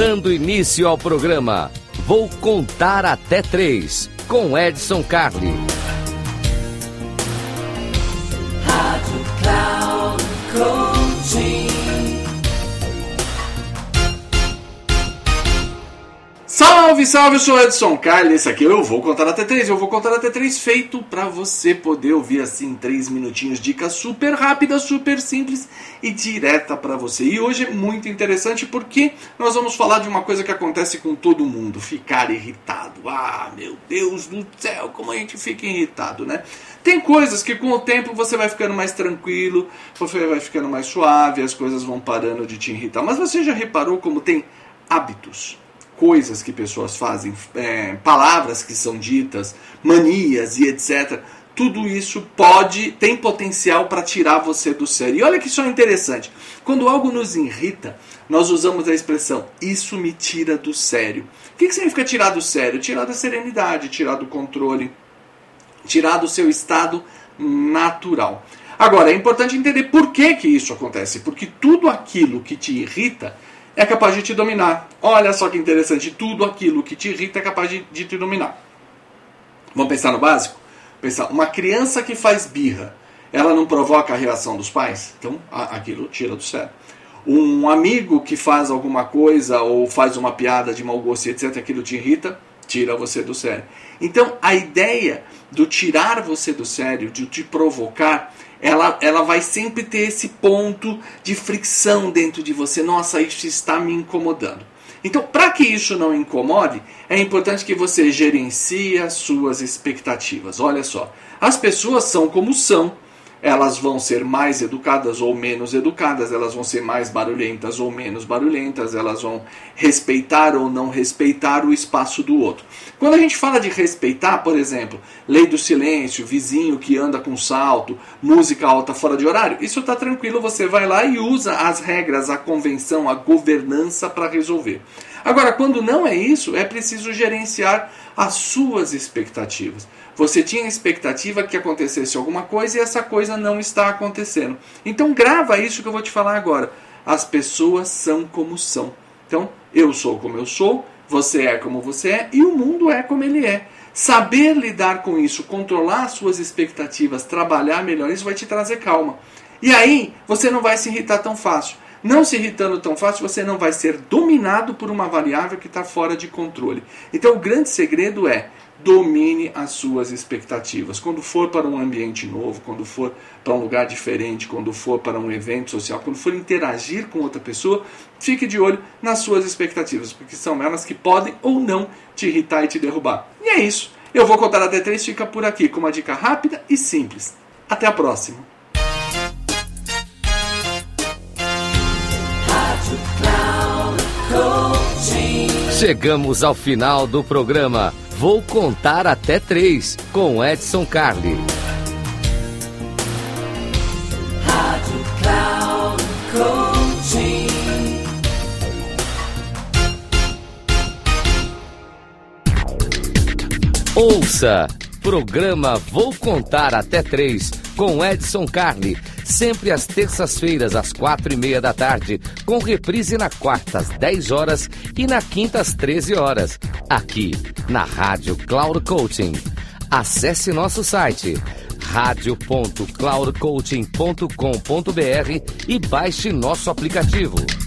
Dando início ao programa, vou contar até 3, com Edson Carli. Rádio Cloud Coaching. Salve, salve, eu sou Edson Carli, esse aqui eu vou contar até 3, feito pra você poder ouvir assim 3 minutinhos, dicas super rápidas, super simples e direta pra você. E hoje é muito interessante porque nós vamos falar de uma coisa que acontece com todo mundo, ficar irritado. Ah, meu Deus do céu, como a gente fica irritado, né? Tem coisas que com o tempo você vai ficando mais tranquilo, você vai ficando mais suave, as coisas vão parando de te irritar. Mas você já reparou como tem hábitos? Coisas que pessoas fazem, palavras que são ditas, manias e etc. Tudo isso tem potencial para tirar você do sério. E olha que só interessante. Quando algo nos irrita, nós usamos a expressão, isso me tira do sério. O que significa tirar do sério? Tirar da serenidade, tirar do controle, tirar do seu estado natural. Agora, é importante entender por que isso acontece. Porque tudo aquilo que te irrita é capaz de te dominar. Olha só que interessante, tudo aquilo que te irrita é capaz de te dominar. Vamos pensar no básico? Pensar, uma criança que faz birra, ela não provoca a reação dos pais? Então, aquilo tira do sério. Um amigo que faz alguma coisa ou faz uma piada de mau gosto, etc., aquilo te irrita, tira você do sério. Então, a ideia do tirar você do sério, de te provocar, ela vai sempre ter esse ponto de fricção dentro de você. Nossa, isso está me incomodando. Então, para que isso não incomode, é importante que você gerencie as suas expectativas. Olha só, as pessoas são como são. Elas vão ser mais educadas ou menos educadas, elas vão ser mais barulhentas ou menos barulhentas, elas vão respeitar ou não respeitar o espaço do outro. Quando a gente fala de respeitar, por exemplo, lei do silêncio, vizinho que anda com salto, música alta fora de horário, isso está tranquilo, você vai lá e usa as regras, a convenção, a governança para resolver. Agora, quando não é isso, é preciso gerenciar as suas expectativas. Você tinha expectativa que acontecesse alguma coisa e essa coisa não está acontecendo. Então grava isso que eu vou te falar agora. As pessoas são como são. Então, eu sou como eu sou, você é como você é e o mundo é como ele é. Saber lidar com isso, controlar suas expectativas, trabalhar melhor, isso vai te trazer calma. E aí, você não vai se irritar tão fácil. Não se irritando tão fácil, você não vai ser dominado por uma variável que está fora de controle. Então, o grande segredo é domine as suas expectativas. Quando for para um ambiente novo, quando for para um lugar diferente, quando for para um evento social, quando for interagir com outra pessoa, fique de olho nas suas expectativas, porque são elas que podem ou não te irritar e te derrubar. E é isso. Eu vou contar até 3, fica por aqui com uma dica rápida e simples. Até a próxima. Chegamos ao final do programa. Vou contar até 3 com Edson Carli. Rádio Cloud Coaching. Ouça! Programa Vou Contar Até 3 com Edson Carli, sempre às terças-feiras às 4:30 da tarde, com reprise na quarta às 10 horas e na quinta às 13 horas, aqui na Rádio Cloud Coaching. Acesse nosso site radio.cloudcoaching.com.br e baixe nosso aplicativo.